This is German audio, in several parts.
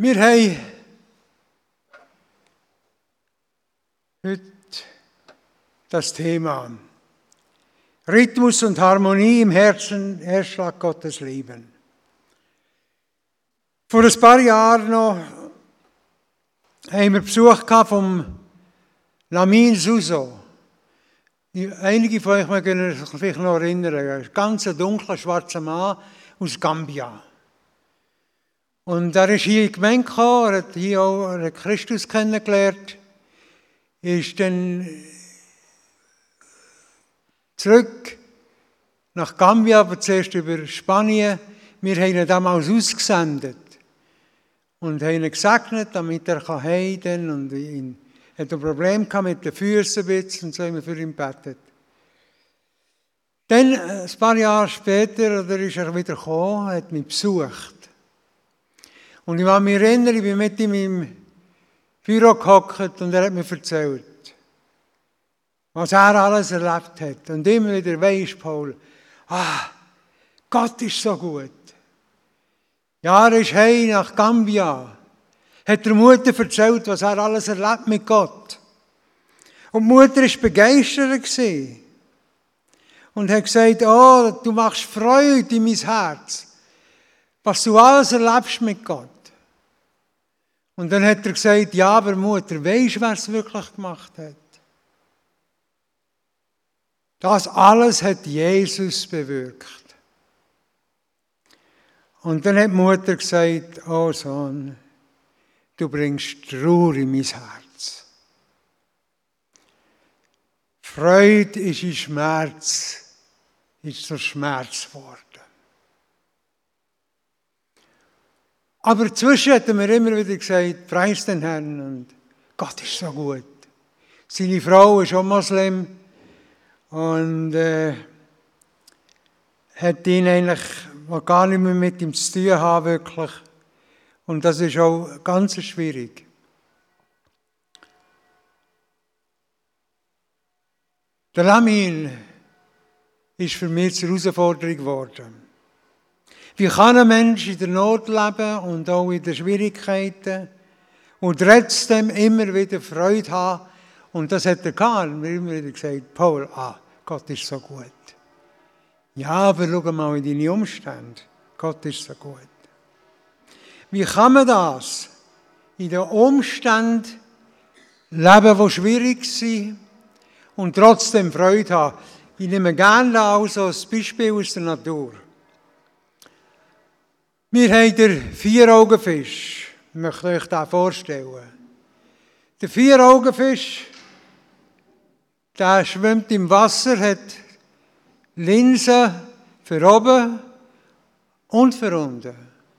Wir haben heute das Thema Rhythmus und Harmonie im Herzen, Herzschlag Gottes lieben. Vor ein paar Jahren noch haben wir Besuch vom Lamin Suso. Einige von euch können sich vielleicht noch erinnern. Ein ganz dunkler, schwarzer Mann aus Gambia. Und er ist hier in die Gemeinde gekommen, er hat hier auch Christus kennengelernt, ist dann zurück nach Gambia, aber zuerst über Spanien. Wir haben ihn damals ausgesendet und haben ihn gesegnet, damit er heim kann. Und er hat ein Problem mit den Füßen und so haben wir für ihn gebetet. Dann, ein paar Jahre später, ist er wieder gekommen, hat mich besucht. Und ich kann mich erinnern, ich bin mit ihm im Büro gehockt und er hat mir erzählt, was er alles erlebt hat. Und immer wieder weisst, Paul, Gott ist so gut. Ja, er ist heim nach Gambia. Hat der Mutter erzählt, was er alles erlebt mit Gott. Und die Mutter war begeistert und hat gesagt, oh, du machst Freude in mein Herz, was du alles erlebst mit Gott. Und dann hat er gesagt, ja, aber Mutter, weisst du, wer es wirklich gemacht hat? Das alles hat Jesus bewirkt. Und dann hat die Mutter gesagt, oh Sohn, du bringst Trauer in mein Herz. Freude ist in Schmerz, ist zur Schmerz geworden. Aber dazwischen hat er mir immer wieder gesagt, preis den Herrn und Gott ist so gut. Seine Frau ist auch Moslem und hat ihn eigentlich gar nicht mehr mit ihm zu tun haben, wirklich. Und das ist auch ganz schwierig. Der Lamin ist für mich zur Herausforderung geworden. Wie kann ein Mensch in der Not leben und auch in den Schwierigkeiten und trotzdem immer wieder Freude haben? Und das hat er gehabt. Er hat mir immer wieder gesagt, Paul, Gott ist so gut. Ja, aber schau mal in deine Umstände. Gott ist so gut. Wie kann man das in den Umständen leben, die schwierig sind und trotzdem Freude haben? Ich nehme gerne also ein Beispiel aus der Natur. Wir haben den Vieraugenfisch. Ich möchte euch das vorstellen. Der Vieraugenfisch, der schwimmt im Wasser, hat Linsen für oben und für unten.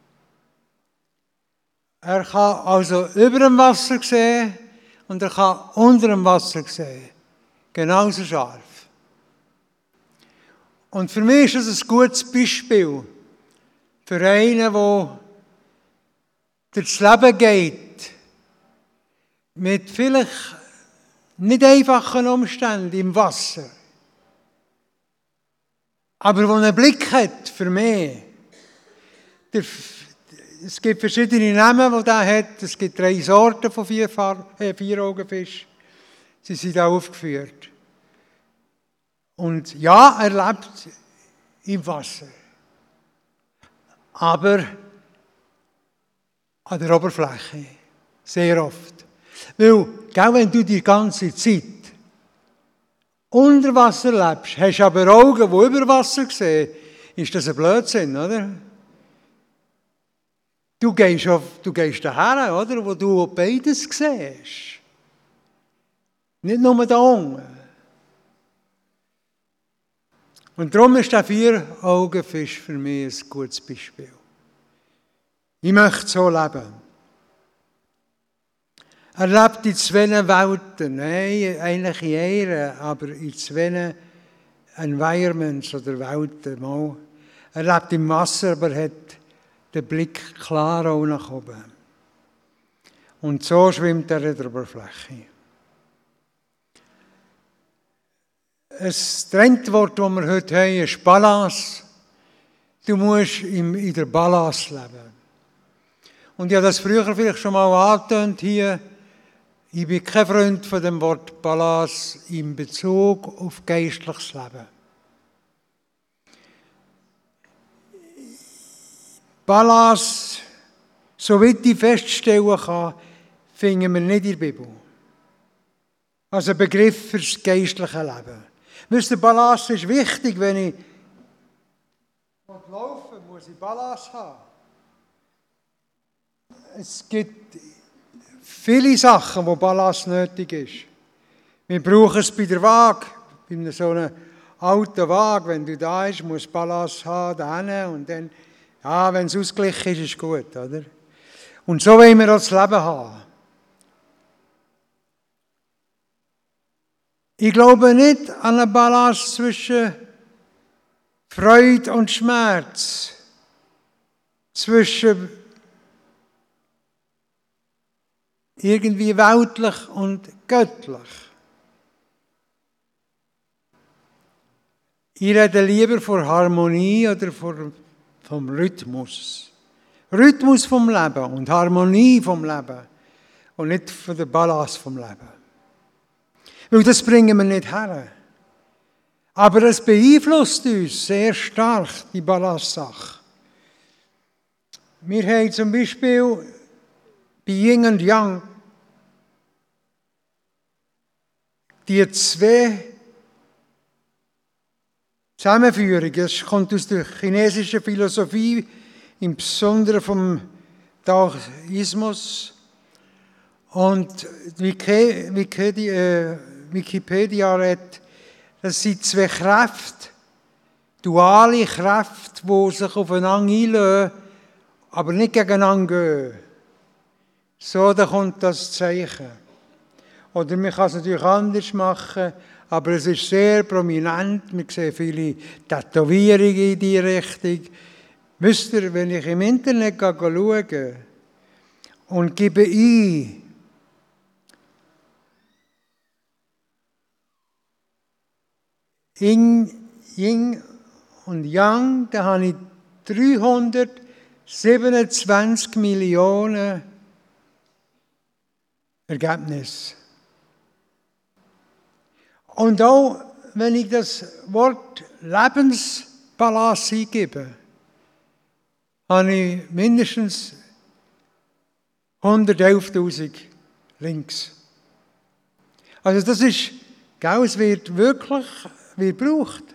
Er kann also über dem Wasser sehen und er kann unter dem Wasser sehen. Genauso scharf. Und für mich ist das ein gutes Beispiel für einen, der durchs Leben geht, mit vielleicht nicht einfachen Umständen im Wasser, aber der einen Blick hat für mich. Es gibt verschiedene Namen, die er hat. Es gibt 3 Sorten von Vieraugenfisch. Sie sind auch aufgeführt. Und ja, er lebt im Wasser. Aber an der Oberfläche. Sehr oft. Weil, wenn du die ganze Zeit unter Wasser lebst, hast du aber Augen, die über Wasser sehen, ist das ein Blödsinn, oder? Du gehst daher, oder? Wo du beides siehst. Nicht nur da unten. Und darum ist der Vieraugenfisch für mich ein gutes Beispiel. Ich möchte so leben. Er lebt in 2 Welten. Nein, eigentlich in einer, aber in 2 Environments oder Welten. Mal. Er lebt im Wasser, aber hat den Blick klar auch nach oben. Und so schwimmt er an der Oberfläche. Ein Trendwort, das wir heute haben, ist Balance. Du musst in der Balance leben. Und ich habe das früher vielleicht schon mal angetönt hier. Ich bin kein Freund von dem Wort Balance in Bezug auf geistliches Leben. Balance, soweit ich feststellen kann, finden wir nicht in der Bibel. Also ein Begriff für das geistliche Leben. Wisst ihr, Balance ist wichtig, wenn ich laufe, muss ich Balance haben. Es gibt viele Sachen, wo Balance nötig ist. Wir brauchen es bei der Waage, bei so einem alten Waage. Wenn du da bist, musst du Balance haben, da hinten und dann, ja, wenn es ausgeglichen ist, ist gut, oder? Und so wollen wir auch das Leben haben. Ich glaube nicht an eine Balance zwischen Freude und Schmerz, zwischen irgendwie weltlich und göttlich. Ich rede lieber von Harmonie oder vom Rhythmus. Rhythmus vom Leben und Harmonie vom Leben und nicht von der Balance vom Leben. Weil das bringen wir nicht her. Aber es beeinflusst uns sehr stark, die Balance-Sache. Wir haben zum Beispiel bei Yin und Yang die zwei Zusammenführungen. Das kommt aus der chinesischen Philosophie, im Besonderen vom Daoismus. Und Wikipedia redet, das sind zwei Kräfte, duale Kräfte, die sich aufeinander einlösen, aber nicht gegeneinander gehen. So, da kommt das Zeichen. Oder man kann es natürlich anders machen, aber es ist sehr prominent. Wir sehen viele Tätowierungen in diese Richtung. Wisst ihr, wenn ich im Internet schaue und gebe ein, Yin und Yang, da habe ich 327 Millionen Ergebnisse. Und auch, wenn ich das Wort Lebensbalance eingebe, habe ich mindestens 111.000 Links. Also das ist, es wird wirklich gebraucht.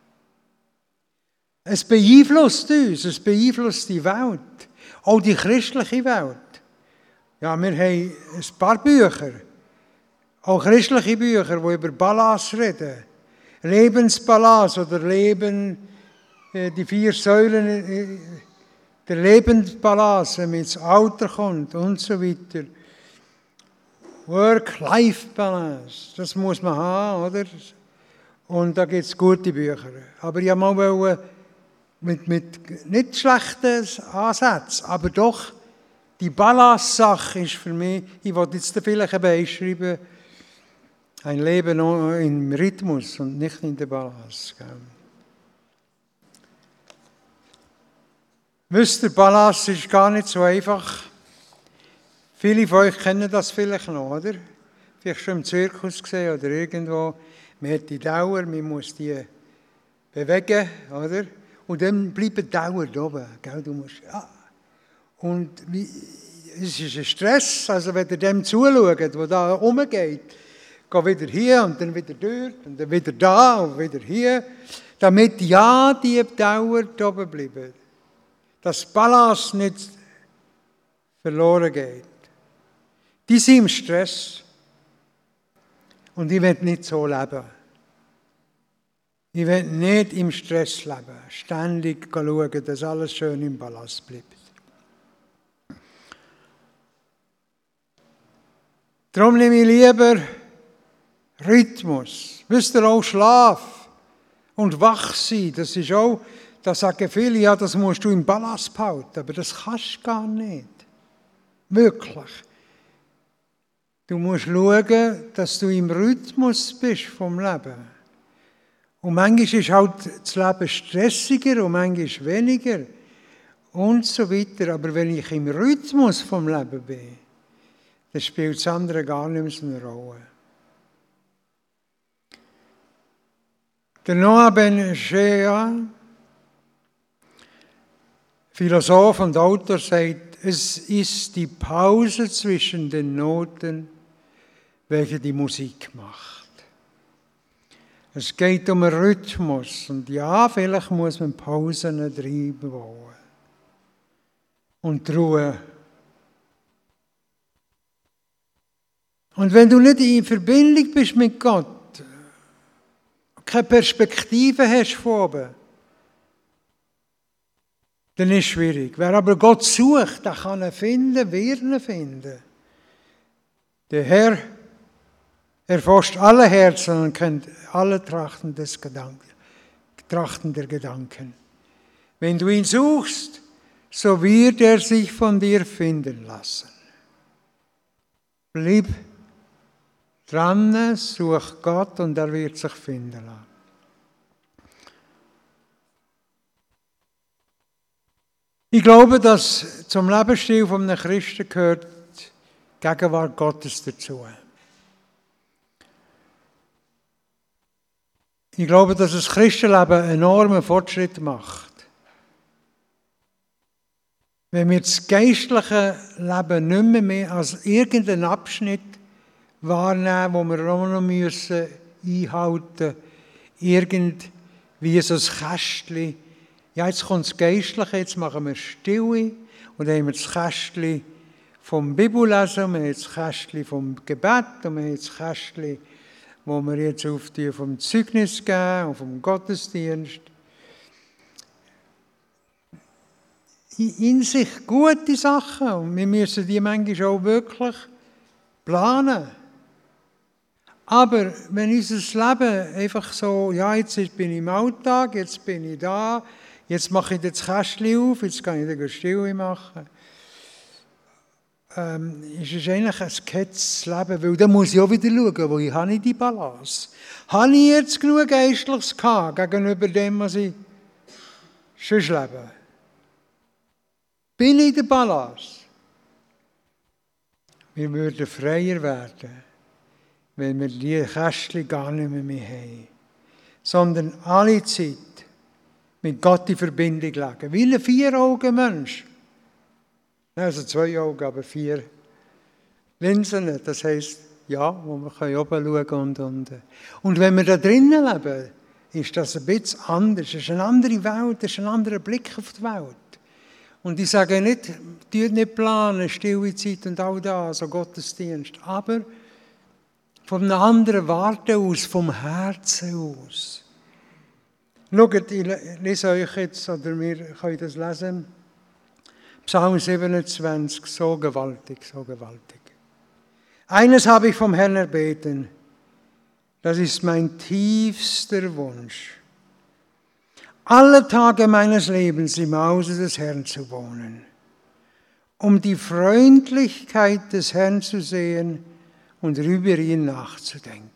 Es beeinflusst uns, es beeinflusst die Welt, auch die christliche Welt. Ja, wir haben ein paar Bücher, auch christliche Bücher, die über Balance reden. Lebensbalance oder Leben, die 4 Säulen, der Lebensbalance, wenn man ins Alter kommt und so weiter. Work-Life-Balance, das muss man haben, oder? Und da gibt es gute Bücher. Aber ich wollte mal mit nicht schlechten Ansätzen, aber doch die Balance-Sache ist für mich, ich wollte jetzt vielleicht einschreiben, ein Leben im Rhythmus und nicht in der Balance. Wisst ihr, Balance ist gar nicht so einfach. Viele von euch kennen das vielleicht noch, oder? Vielleicht schon im Zirkus gesehen oder irgendwo. Man hat die Dauer, man muss die bewegen, oder? Und dann bleibt die Dauer da oben. Gell? Du musst, ja. Und es ist ein Stress, also wenn ihr dem zuschaut, der da rumgeht, geht wieder hier und dann wieder dort und dann wieder da und wieder hier, damit ja die Dauer da oben bleibt. Dass Balance nicht verloren geht. Die sind im Stress. Und ich will nicht so leben. Ich will nicht im Stress leben. Ständig schauen, dass alles schön im Balance bleibt. Darum nehme ich lieber Rhythmus. Wisst ihr, auch Schlaf und wach sein, das ist auch, da sagen viele, ja, das musst du im Balance behalten, aber das kannst du gar nicht. Wirklich. Du musst schauen, dass du im Rhythmus bist vom Leben. Und manchmal ist halt das Leben stressiger und manchmal weniger. und so weiter. Aber wenn ich im Rhythmus vom Leben bin, dann spielt das andere gar nicht mehr so eine Rolle. Der Noah Ben Shea, Philosoph und Autor, sagt, es ist die Pause zwischen den Noten, welche die Musik macht. Es geht um einen Rhythmus. Und ja, vielleicht muss man Pausen reinbauen. Und Ruhe. Und wenn du nicht in Verbindung bist mit Gott, keine Perspektive hast von oben, dann ist es schwierig. Wer aber Gott sucht, der kann ihn finden, wird ihn finden. Der Herr erforscht alle Herzen und kennt alle Trachten der Gedanken. Wenn du ihn suchst, so wird er sich von dir finden lassen. Bleib dran, such Gott und er wird sich finden lassen. Ich glaube, dass zum Lebensstil eines Christen gehört die Gegenwart Gottes dazu. Ich glaube, dass das Christenleben einen enormen Fortschritt macht. Wenn wir das geistliche Leben nicht mehr als irgendeinen Abschnitt wahrnehmen, wo wir auch noch einhalten müssen, irgendwie so ein Kästchen. Ja, jetzt kommt das Geistliche, jetzt machen wir Stille und dann haben wir das Kästchen vom Bibellesen, und wir haben das Kästchen vom Gebet und wir haben das Kästchen, wo wir jetzt auftun vom Zeugnis geben und vom Gottesdienst. In sich gute Sachen und wir müssen die manchmal auch wirklich planen. Aber wenn unser Leben einfach so, ja, jetzt bin ich im Alltag, jetzt bin ich da, jetzt mache ich das Kästchen auf, jetzt kann ich dann Stille machen, ist es eigentlich ein gehetztes Leben, weil dann muss ich auch wieder schauen, wo ich habe die Balance. Habe ich jetzt genug Geistliches gehabt, gegenüber dem, was ich sonst lebe? Bin ich in der Balance? Wir würden freier werden, wenn wir die Kästchen gar nicht mehr haben, sondern alle Zeit mit Gott in Verbindung legen. Wie ein Vier-Augen-Mensch. Also 2 Augen, aber 4 Linsen. Das heisst, ja, wo wir oben schauen und. Und wenn wir da drinnen leben, ist das ein bisschen anders. Es ist eine andere Welt, es ist ein anderer Blick auf die Welt. Und ich sage nicht, nicht planen, stille Zeit und all das, so Gottesdienst, aber von einer anderen Warte aus, vom Herzen aus. Schaut, ich lese euch jetzt, oder wir können das lesen, Psalm 27, so gewaltig, so gewaltig. Eines habe ich vom Herrn erbeten, das ist mein tiefster Wunsch, alle Tage meines Lebens im Hause des Herrn zu wohnen, um die Freundlichkeit des Herrn zu sehen und über ihn nachzudenken.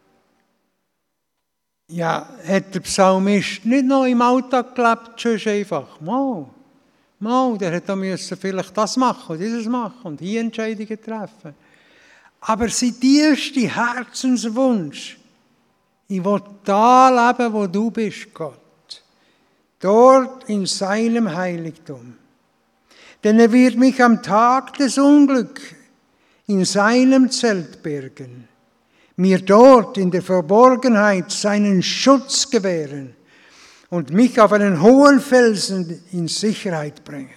Ja, hat der Psalmist nicht noch im Alltag gelebt, schon einfach. Der hätte müssen vielleicht das machen und dieses machen und hier Entscheidungen treffen. Aber sein tiefster Herzenswunsch, ich will da leben, wo du bist, Gott. Dort in seinem Heiligtum. Denn er wird mich am Tag des Unglücks in seinem Zelt bergen, mir dort in der Verborgenheit seinen Schutz gewähren und mich auf einen hohen Felsen in Sicherheit bringen.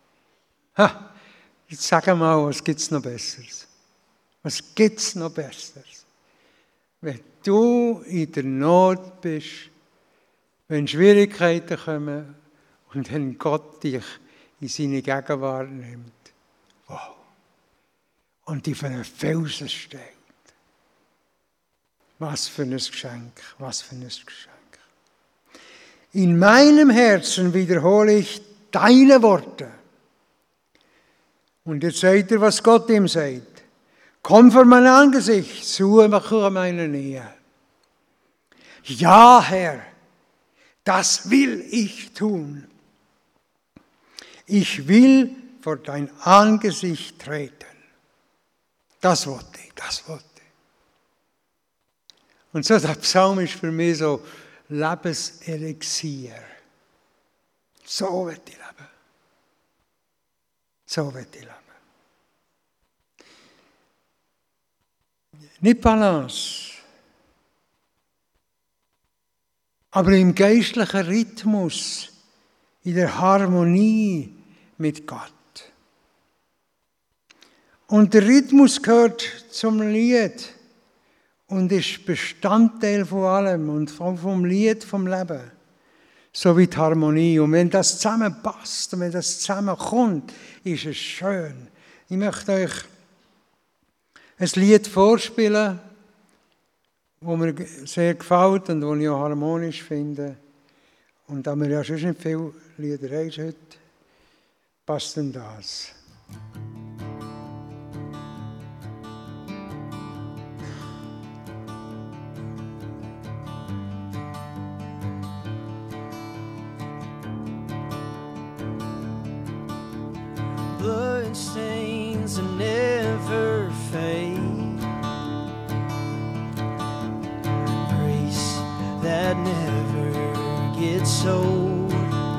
Jetzt sag mal, was gibt's noch Besseres? Was gibt's noch Besseres? Wenn du in der Not bist, wenn Schwierigkeiten kommen und wenn Gott dich in seine Gegenwart nimmt. Wow. Und dich auf einen Felsen stellt. Was für ein Geschenk, was für ein Geschenk. In meinem Herzen wiederhole ich deine Worte. Und jetzt sagt er, was Gott ihm sagt. Komm vor mein Angesicht, suche meine Nähe. Ja, Herr, das will ich tun. Ich will vor dein Angesicht treten. Das wollte ich, das wollte ich. Und so der Psalm ist für mich so Lebenselixier. So will ich leben. So will ich leben. Nicht Balance, aber im geistlichen Rhythmus, in der Harmonie mit Gott. Und der Rhythmus gehört zum Lied und ist Bestandteil von allem und vom Lied, vom Leben. So wie die Harmonie. Und wenn das zusammenpasst und wenn das zusammenkommt, ist es schön. Ich möchte euch ein Lied vorspielen, das mir sehr gefällt und das ich auch harmonisch finde. Und da wir ja schon nicht viele Lieder haben heute, passt denn das. Blood stains that never fade, grace that never gets old,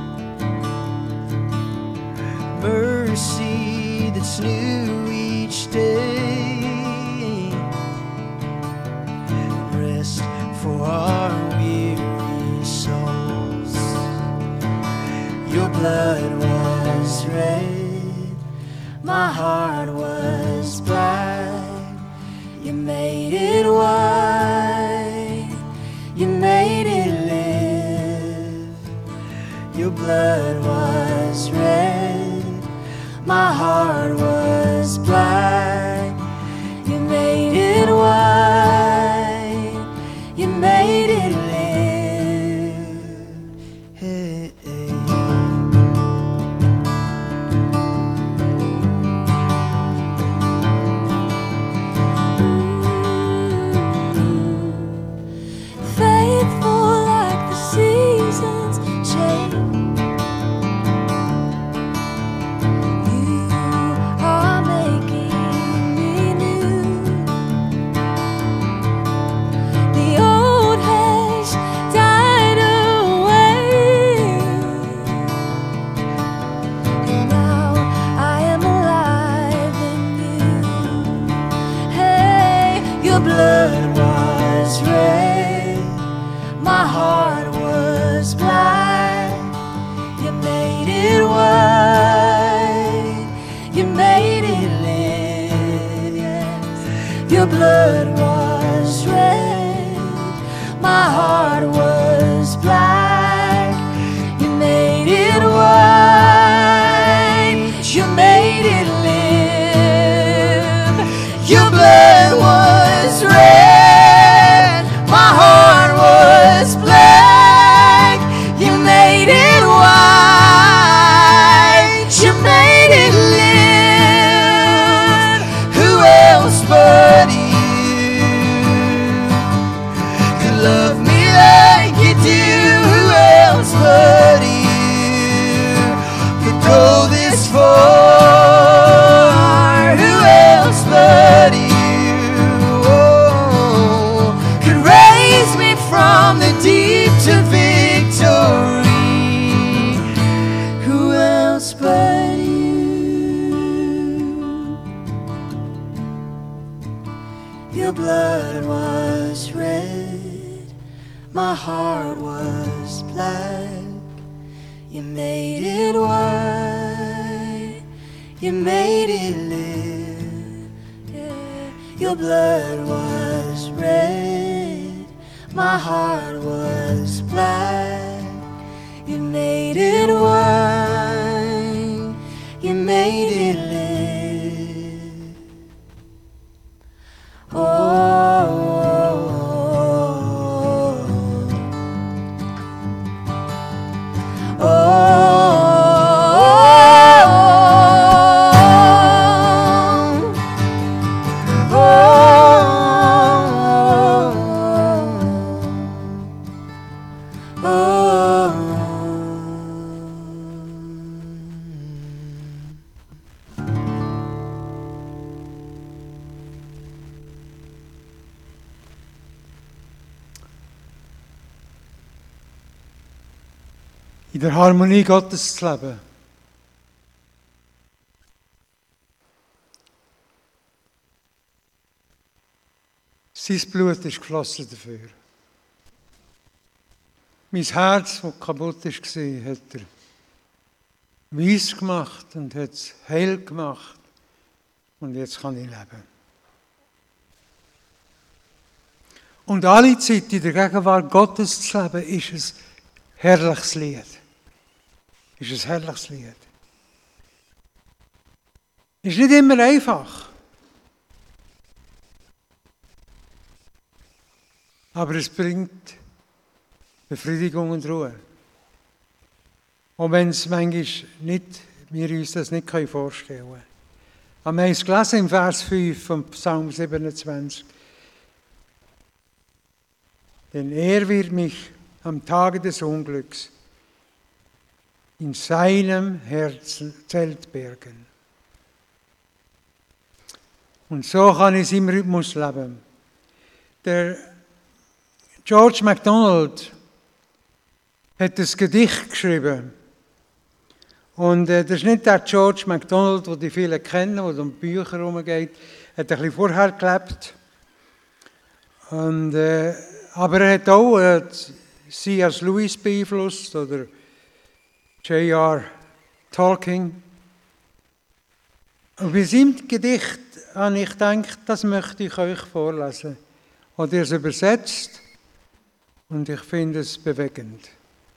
mercy that's new each day, rest for our weary souls. Your blood was red, my heart was black. You made it white, you made it live. Your blood was red, my heart was black. You made it white, you made it live. Hey, hey. Your blood was red, my heart was black. You made it white, you made it live. Your blood was red, my heart was black. You made it white, you made it live. Who else but you could love me like you do? Who else but you could go this far? Who else but you could raise me from the deep to victory? Who else but you? Your blood was red, my heart was black. You made it white, you made it live. Yeah. Your blood was red, my heart was black. You made it white, you made it live. in der Harmonie Gottes zu leben. Sein Blut ist geflossen dafür. Mein Herz, das kaputt war, hat er weiss gemacht und hat es heil gemacht. Und jetzt kann ich leben. Und alle Zeit in der Gegenwart Gottes zu leben, ist ein herrliches Lied. Ist ein herrliches Lied. Ist nicht immer einfach. Aber es bringt Befriedigung und Ruhe. Auch wenn es manchmal nicht, wir uns das nicht vorstellen können. Aber wir haben es gelesen im Vers 5 vom Psalm 27. Denn er wird mich am Tage des Unglücks in seinem Herzen Zelt bergen. Und so kann ich im Rhythmus leben. Der George MacDonald hat ein Gedicht geschrieben. Und das ist nicht der George MacDonald, den die viele kennen, der um Bücher herumgeht. Er hat ein bisschen vorher gelebt. Und, aber er hat auch C.S. Lewis beeinflusst oder J.R. Tolkien. Und bei seinem Gedicht habe ich gedacht, das möchte ich euch vorlesen. Hat er es übersetzt und ich finde es bewegend.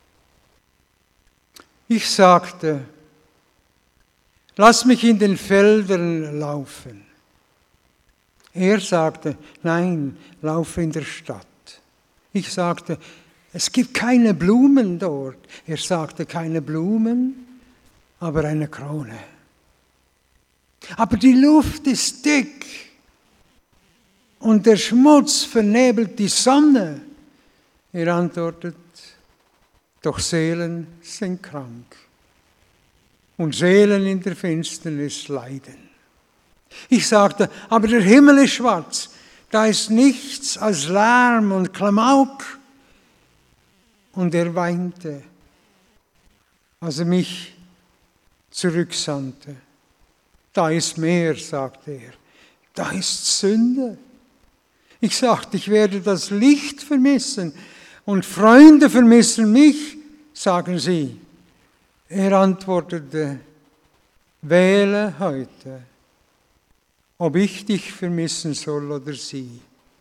Ich sagte, lass mich in den Feldern laufen. Er sagte, nein, laufe in der Stadt. Ich sagte, es gibt keine Blumen dort. Er sagte, keine Blumen, aber eine Krone. Aber die Luft ist dick und der Schmutz vernebelt die Sonne. Er antwortet, doch Seelen sind krank und Seelen in der Finsternis leiden. Ich sagte, aber der Himmel ist schwarz, da ist nichts als Lärm und Klamauk. Und er weinte, als er mich zurücksandte. Da ist mehr, sagte er, da ist Sünde. Ich sagte, ich werde das Licht vermissen und Freunde vermissen mich, sagen sie. Er antwortete, wähle heute, ob ich dich vermissen soll oder sie.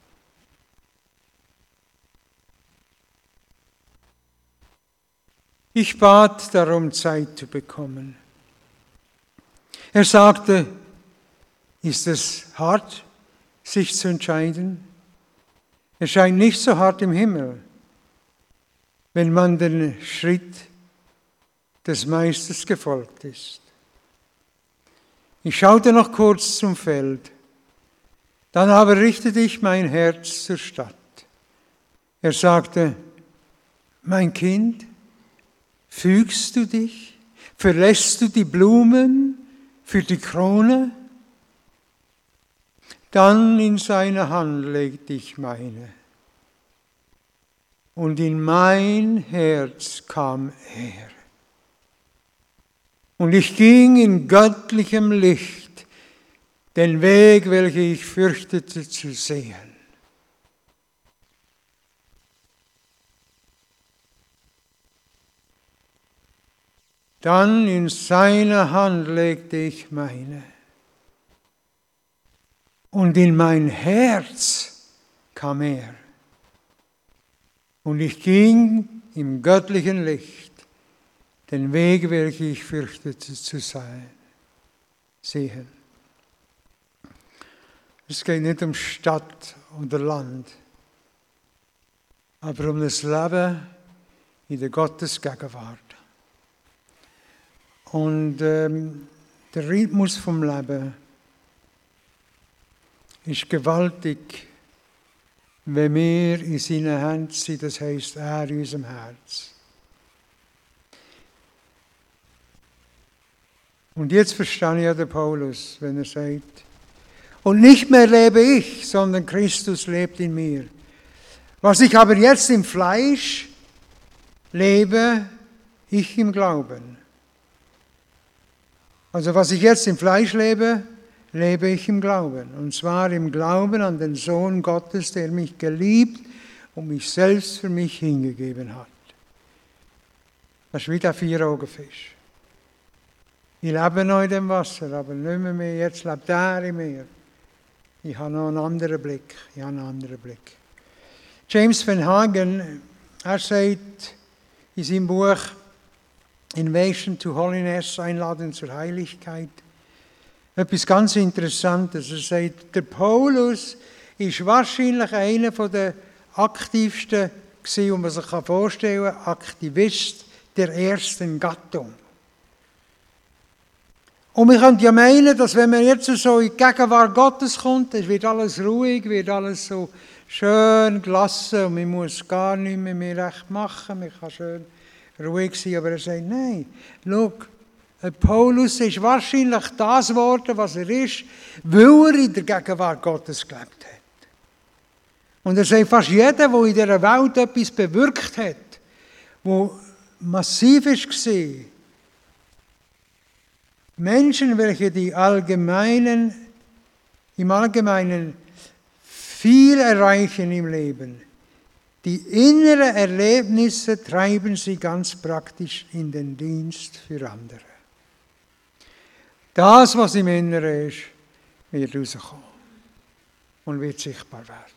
Ich bat darum, Zeit zu bekommen. Er sagte, ist es hart, sich zu entscheiden? Es scheint nicht so hart im Himmel, wenn man den Schritt des Meisters gefolgt ist. Ich schaute noch kurz zum Feld, dann aber richtete ich mein Herz zur Stadt. Er sagte, mein Kind, fügst du dich, verlässt du die Blumen für die Krone? Dann in seine Hand legte ich meine, und in mein Herz kam er. Und ich ging in göttlichem Licht den Weg, welchen ich fürchtete zu sehen. Dann in seine Hand legte ich meine. Und in mein Herz kam er. Und ich ging im göttlichen Licht den Weg, welchen ich fürchtete zu sehen. Es geht nicht um Stadt oder Land, aber um das Leben in der Gottesgegenwart. Und der Rhythmus vom Leben ist gewaltig, wenn wir in seinen Händen sind, das heisst, er in unserem Herz. Und jetzt verstehe ich ja den Paulus, wenn er sagt, und nicht mehr lebe ich, sondern Christus lebt in mir. Was ich aber jetzt im Fleisch lebe, Ich im Glauben. Also was ich jetzt im Fleisch lebe, lebe ich im Glauben. Und zwar im Glauben an den Sohn Gottes, der mich geliebt und mich selbst für mich hingegeben hat. Das ist wie der Vieraugenfisch. Ich lebe noch in dem Wasser, aber nicht mehr. Jetzt lebt er in mir. Ich habe noch einen anderen Blick. James Van Hagen, er sagt in seinem Buch Invasion to Holiness, Einladung zur Heiligkeit, etwas ganz Interessantes. Er sagt, der Paulus ist wahrscheinlich einer der aktivsten, die man sich vorstellen kann, Aktivist der ersten Gattung. Und man könnte ja meinen, dass wenn man jetzt so in die Gegenwart Gottes kommt, dann wird alles ruhig, wird alles so schön gelassen und man muss gar nichts mehr recht machen, man kann schön ruhig sein. Aber er sagt, nein, schau, Paulus ist wahrscheinlich das geworden, was er ist, weil er in der Gegenwart Gottes gelebt hat. Und er sagt, fast jeder, der in dieser Welt etwas bewirkt hat, der massiv war, Menschen, welche im Allgemeinen viel erreichen im Leben, die inneren Erlebnisse treiben sie ganz praktisch in den Dienst für andere. Das, was im Inneren ist, wird rauskommen und wird sichtbar werden.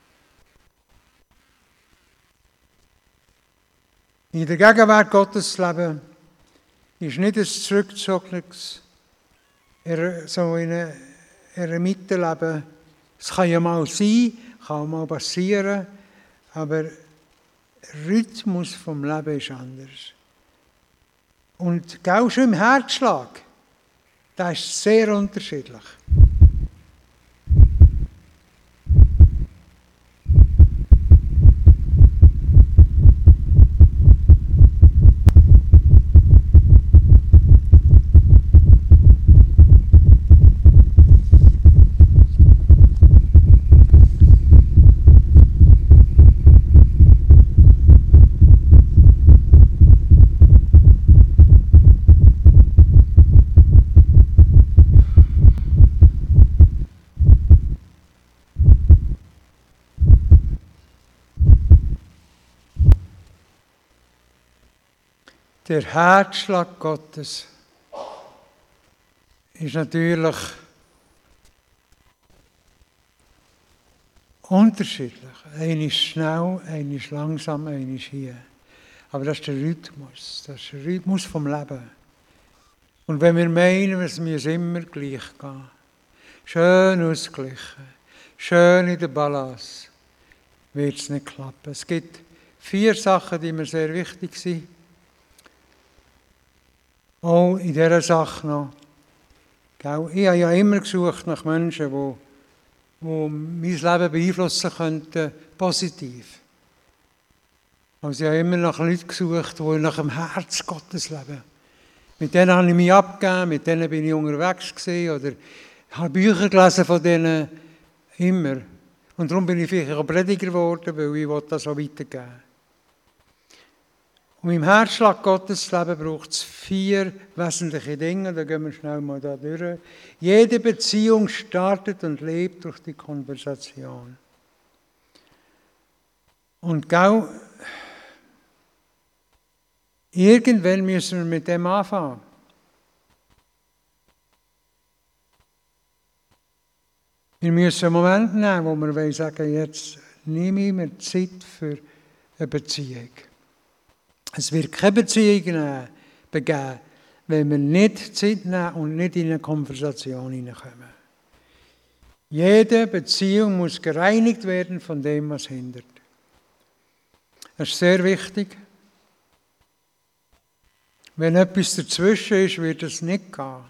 In der Gegenwart Gottes zu leben, ist nicht ein zurückgezogenes, so in einer Eremitenleben. Es kann ja mal sein, kann auch mal passieren, aber der Rhythmus vom Leben ist anders. Und auch schon im Herzschlag, das ist sehr unterschiedlich. Der Herzschlag Gottes ist natürlich unterschiedlich. Einer ist schnell, einer ist langsam, einer ist hier. Aber das ist der Rhythmus. Das ist der Rhythmus vom Leben. Und wenn wir meinen, es muss immer gleich gehen, schön ausgeglichen, schön in der Balance, wird es nicht klappen. Es gibt 4 Sachen, die mir sehr wichtig sind. Auch in dieser Sache noch. Ich habe ja immer gesucht nach Menschen, die mein Leben beeinflussen könnten, positiv. Also ich habe immer nach Leuten gesucht, die nach dem Herz Gottes leben. Mit denen habe ich mich abgegeben, mit denen bin ich unterwegs gewesen, oder habe Bücher gelesen von denen, immer. Und darum bin ich vielleicht auch Prediger geworden, weil ich das auch weitergeben will. Um im Herzschlag Gottes zu leben, braucht es 4 wesentliche Dinge. Da gehen wir schnell mal da durch. Jede Beziehung startet und lebt durch die Konversation. Und irgendwann müssen wir mit dem anfangen. Wir müssen einen Moment nehmen, wo wir sagen, jetzt nehme ich mir Zeit für eine Beziehung. Es wird keine Beziehung begeben, wenn wir nicht Zeit nehmen und nicht in eine Konversation hineinkommen. Jede Beziehung muss gereinigt werden von dem, was hindert. Das ist sehr wichtig. Wenn etwas dazwischen ist, wird es nicht gehen.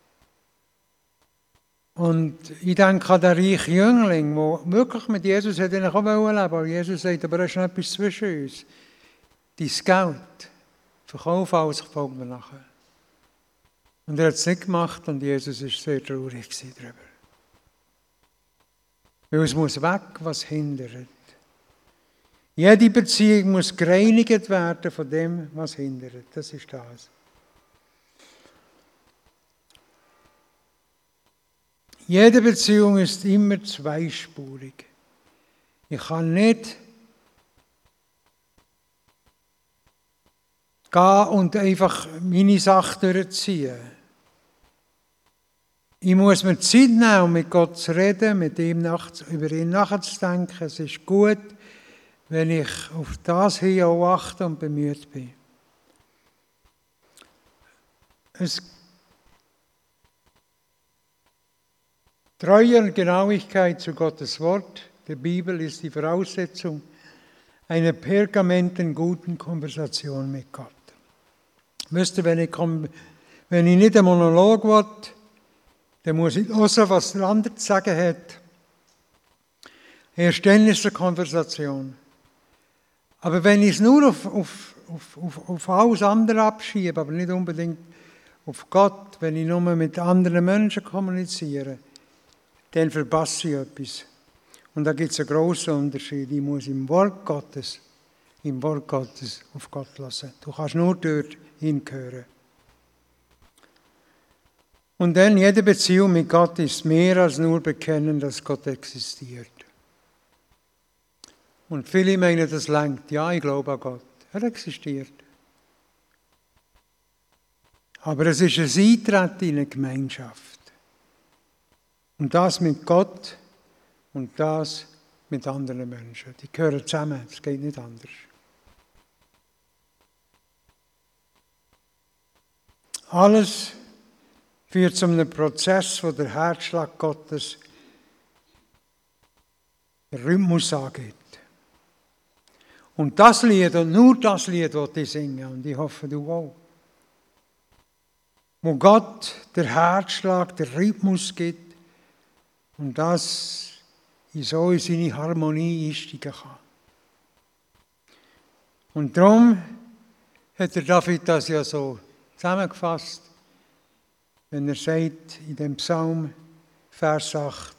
Und ich denke an den reichen Jüngling, der wirklich mit Jesus auch leben wollte, aber Jesus sagt, aber es ist noch etwas zwischen uns. Dein Geld, verkauf alles, ich folge mir nachher. Und er hat es nicht gemacht und Jesus war sehr traurig darüber. Weil es muss weg, was hindert. Jede Beziehung muss gereinigt werden von dem, was hindert. Das ist das. Jede Beziehung ist immer zweispurig. Ich kann nicht gehen und einfach meine Sache durchziehen. Ich muss mir Zeit nehmen, um mit Gott zu reden, mit ihm über ihn nachzudenken. Es ist gut, wenn ich auf das hier auch achte und bemüht bin. Treue und Genauigkeit zu Gottes Wort, der Bibel, ist die Voraussetzung einer permanenten guten Konversation mit Gott. Wisst ihr, wenn ich nicht einen Monolog will, dann muss ich hören, was der andere zu sagen hat. Erst dann ist es eine Konversation. Aber wenn ich es nur auf alles andere abschiebe, aber nicht unbedingt auf Gott, wenn ich nur mit anderen Menschen kommuniziere, dann verpasse ich etwas. Und da gibt es einen grossen Unterschied. Ich muss im Wort Gottes auf Gott lassen. Du kannst nur dort hinhören. Und dann, jede Beziehung mit Gott ist mehr als nur bekennen, dass Gott existiert. Und viele meinen, das reicht. Ja, ich glaube an Gott. Er existiert. Aber es ist ein Eintreten in eine Gemeinschaft. Und das mit Gott und das mit anderen Menschen. Die gehören zusammen, es geht nicht anders. Alles führt zu einem Prozess, wo der Herzschlag Gottes den Rhythmus angeht. Und das Lied, und nur das Lied, das ich singe, und ich hoffe, du auch, wo Gott der Herzschlag, der Rhythmus gibt und das in so in seine Harmonie einsteigen kann. Und darum hat der David das ja so zusammengefasst, wenn er sagt in dem Psalm, Vers 8,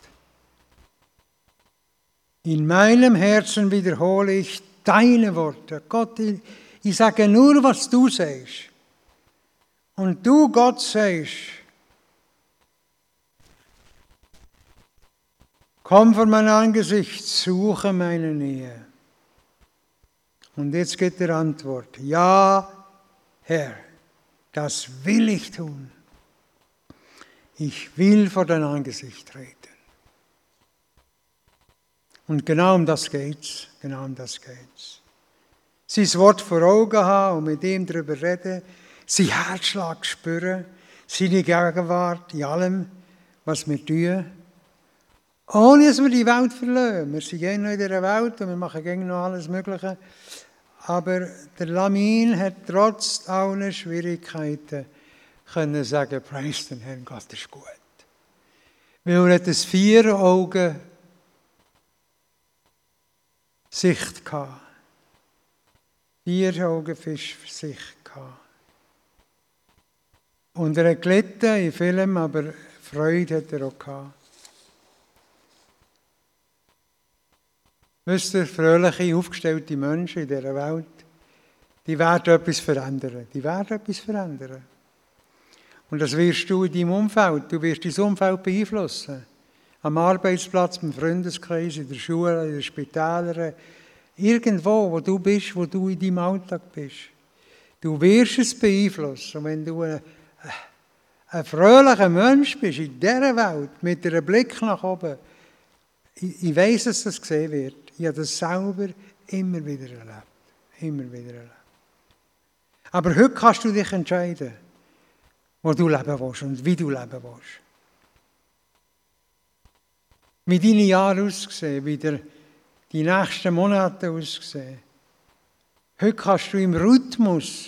in meinem Herzen wiederhole ich deine Worte. Gott, ich sage nur, was du sagst. Und du, Gott, sagst, komm vor mein Angesicht, suche meine Nähe. Und jetzt geht die Antwort, ja, Herr, das will ich tun. Ich will vor dein Angesicht treten. Und genau um das geht's. Sein Wort vor Augen haben und mit ihm darüber reden, sein Herzschlag spüren, seine Gegenwart in allem, was wir tun. Ohne dass wir die Welt verlieren. Wir sind noch in dieser Welt und wir machen noch alles Mögliche. Aber der Lamin hat trotz aller Schwierigkeiten können sagen, preis den Herrn, Gott ist gut. Weil er hat ein 4 Sicht gehabt. 4 Sicht gehabt. Und er hat gelitten in vielem, aber Freude hat er auch gehabt. Wisst ihr, fröhliche, aufgestellte Menschen in dieser Welt, die werden etwas verändern. Und das wirst du in deinem Umfeld. Du wirst dein Umfeld beeinflussen. Am Arbeitsplatz, im Freundeskreis, in der Schule, in den Spitälern, irgendwo, wo du bist, wo du in deinem Alltag bist. Du wirst es beeinflussen. Und wenn du ein fröhlicher Mensch bist in dieser Welt, mit einem Blick nach oben, ich weiss, dass das gesehen wird. Ich habe das selber immer wieder erlebt. Aber heute kannst du dich entscheiden, wo du leben willst und wie du leben willst. Wie deine Jahre aussehen, wie die nächsten Monate aussehen. Heute kannst du im Rhythmus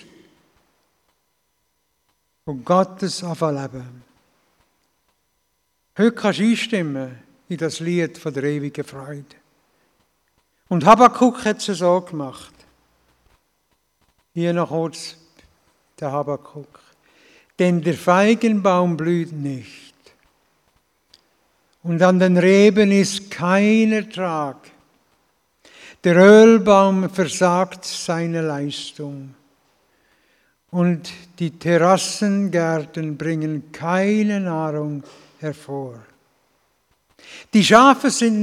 von Gottes leben. Heute kannst du einstimmen in das Lied von der ewigen Freude. Und Habakuk hat es so gemacht. Hier noch kurz der Habakuk. Denn der Feigenbaum blüht nicht. Und an den Reben ist kein Ertrag. Der Ölbaum versagt seine Leistung und die Terrassengärten bringen keine Nahrung hervor. Die Schafe sind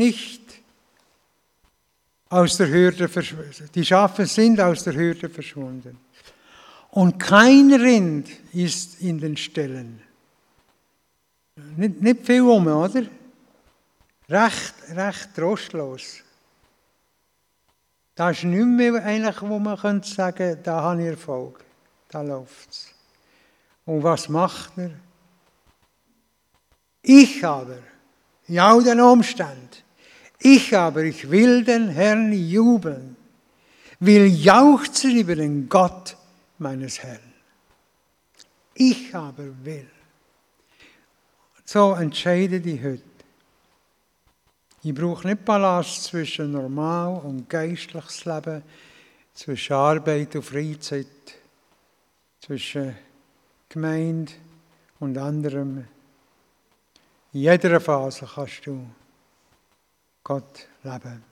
aus der Hürde verschwunden. Und kein Rind ist in den Ställen. Nicht viel rum, oder? Recht trostlos. Da ist nicht mehr eigentlich, wo man könnte sagen, da habe ich Erfolg. Da läuft es. Und was macht er? Ich aber, in all den Umständen, ich will den Herrn jubeln, will jauchzen über den Gott meines Herrn. Ich aber will. So entscheide ich heute. Ich brauche nicht Balance zwischen normal und geistliches Leben, zwischen Arbeit und Freizeit, zwischen Gemeinde und anderem. In jeder Phase kannst du Gott leben.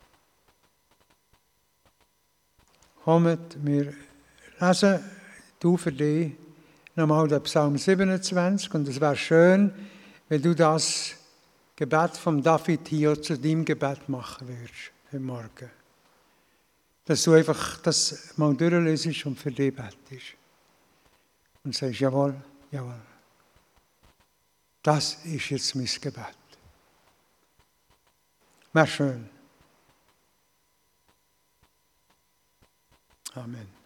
Kommt, wir lesen, du für dich, nochmal den Psalm 27. Und es wäre schön, wenn du das Gebet von David hier zu deinem Gebet machen würdest, heute Morgen. Dass du einfach das mal durchlesest und für dich betest. Und sagst, jawohl, jawohl. Das ist jetzt mein Gebet. Wäre schön. Amen.